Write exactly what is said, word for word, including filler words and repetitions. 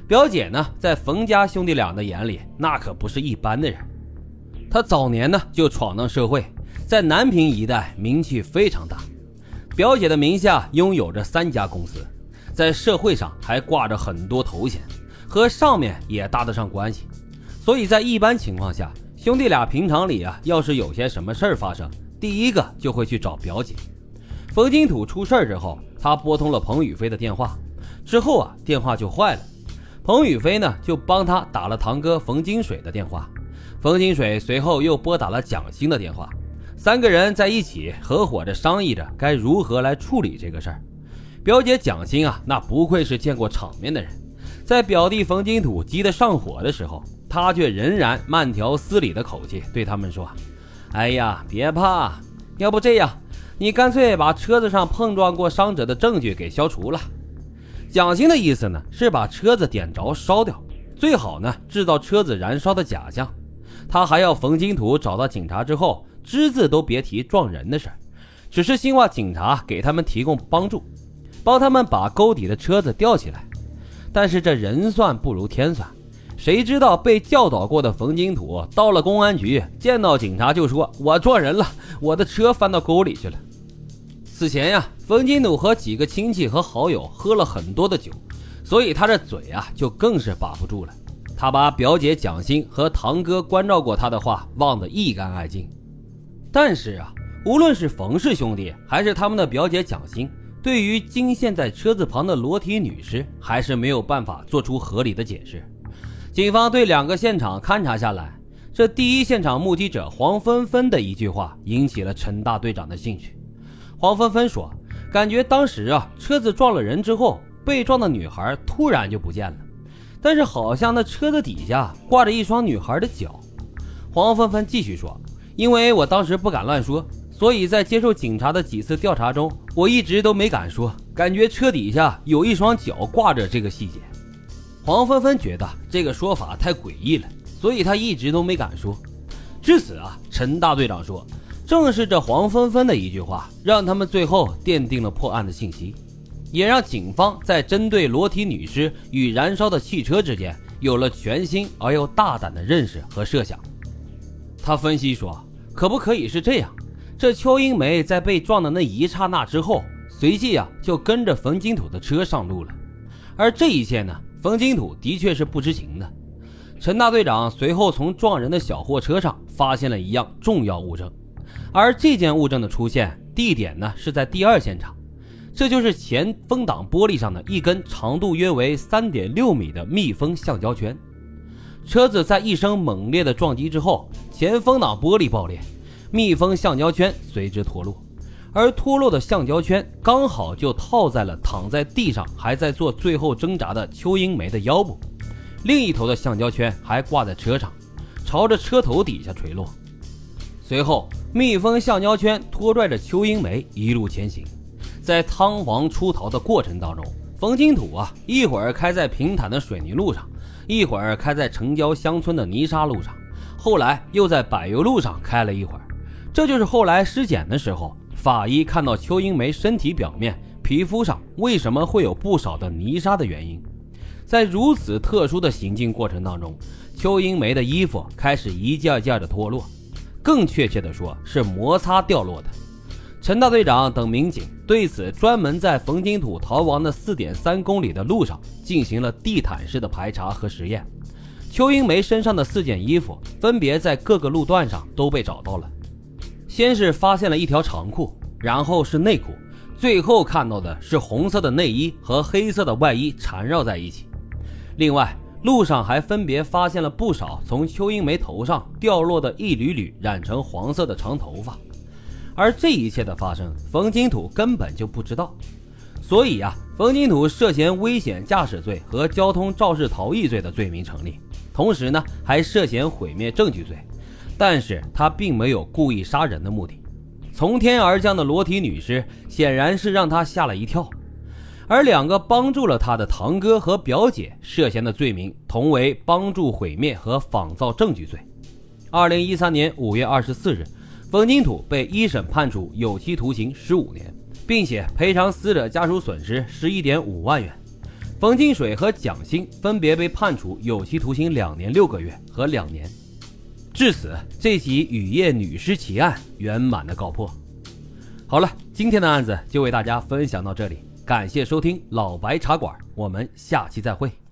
表姐呢，在冯家兄弟俩的眼里，那可不是一般的人。她早年呢就闯荡社会，在南平一带名气非常大。表姐的名下拥有着三家公司，在社会上还挂着很多头衔，和上面也搭得上关系。所以在一般情况下，兄弟俩平常里啊，要是有些什么事儿发生，第一个就会去找表姐。冯金土出事儿之后，他拨通了彭宇飞的电话，之后啊，电话就坏了。彭宇飞呢，就帮他打了堂哥冯金水的电话，冯金水随后又拨打了蒋欣的电话。三个人在一起合伙着商议着该如何来处理这个事儿。表姐蒋欣啊，那不愧是见过场面的人，在表弟冯金土急得上火的时候，他却仍然慢条斯理的口气对他们说：哎呀，别怕，要不这样，你干脆把车子上碰撞过伤者的证据给消除了。蒋欣的意思呢，是把车子点着烧掉，最好呢制造车子燃烧的假象。他还要冯金土找到警察之后，只字都别提撞人的事，只是希望警察给他们提供帮助，帮他们把沟底的车子吊起来。但是这人算不如天算，谁知道被教导过的冯金土到了公安局，见到警察就说：我撞人了，我的车翻到沟里去了。此前呀，冯金土和几个亲戚和好友喝了很多的酒，所以他这嘴啊就更是把不住了。他把表姐蒋欣和堂哥关照过他的话忘得一干二净。但是啊，无论是冯氏兄弟还是他们的表姐蒋欣，对于惊现在车子旁的裸体女尸还是没有办法做出合理的解释。警方对两个现场勘查下来，这第一现场目击者黄芬芬的一句话引起了陈大队长的兴趣。黄芬芬说，感觉当时啊，车子撞了人之后，被撞的女孩突然就不见了，但是好像那车子底下挂着一双女孩的脚。黄芬芬继续说，因为我当时不敢乱说，所以在接受警察的几次调查中，我一直都没敢说，感觉车底下有一双脚挂着这个细节。黄芬芬觉得这个说法太诡异了，所以她一直都没敢说。至此啊，陈大队长说，正是这黄芬芬的一句话，让他们最后奠定了破案的信息，也让警方在针对裸体女尸与燃烧的汽车之间有了全新而又大胆的认识和设想。他分析说，可不可以是这样，这邱英梅在被撞的那一刹那之后，随即啊就跟着冯金土的车上路了，而这一切呢，冯金土的确是不知情的。陈大队长随后从撞人的小货车上发现了一样重要物证，而这件物证的出现地点呢是在第二现场，这就是前风挡玻璃上的一根长度约为 三点六米的密封橡胶圈。车子在一声猛烈的撞击之后，前风挡玻璃爆裂，密封橡胶圈随之脱落，而脱落的橡胶圈刚好就套在了躺在地上还在做最后挣扎的邱英梅的腰部，另一头的橡胶圈还挂在车上，朝着车头底下垂落。随后密封橡胶圈拖拽着邱英梅一路前行，在仓皇出逃的过程当中，冯金土啊，一会儿开在平坦的水泥路上，一会儿开在城郊乡村的泥沙路上，后来又在柏油路上开了一会儿。这就是后来尸检的时候，法医看到邱英梅身体表面皮肤上为什么会有不少的泥沙的原因。在如此特殊的行进过程当中，邱英梅的衣服开始一件件的脱落，更确切的说是摩擦掉落的。陈大队长等民警对此专门在冯金土逃亡的 四点三公里的路上进行了地毯式的排查和实验。邱英梅身上的四件衣服分别在各个路段上都被找到了，先是发现了一条长裤，然后是内裤，最后看到的是红色的内衣和黑色的外衣缠绕在一起。另外，路上还分别发现了不少从邱英梅头上掉落的一缕缕染成黄色的长头发，而这一切的发生，冯金土根本就不知道。所以啊，冯金土涉嫌危险驾驶罪和交通肇事逃逸罪的罪名成立，同时呢，还涉嫌毁灭证据罪，但是他并没有故意杀人的目的。从天而降的裸体女尸显然是让他吓了一跳，而两个帮助了他的堂哥和表姐涉嫌的罪名同为帮助毁灭和仿造证据罪。二零一三年五月二十四日，冯金土被一审判处有期徒刑十五年，并且赔偿死者家属损失 十一点五万元。 冯金水和蒋欣分别被判处有期徒刑两年六个月和两年。至此，这起雨夜女尸奇案圆满的告破。好了，今天的案子就为大家分享到这里，感谢收听老白茶馆，我们下期再会。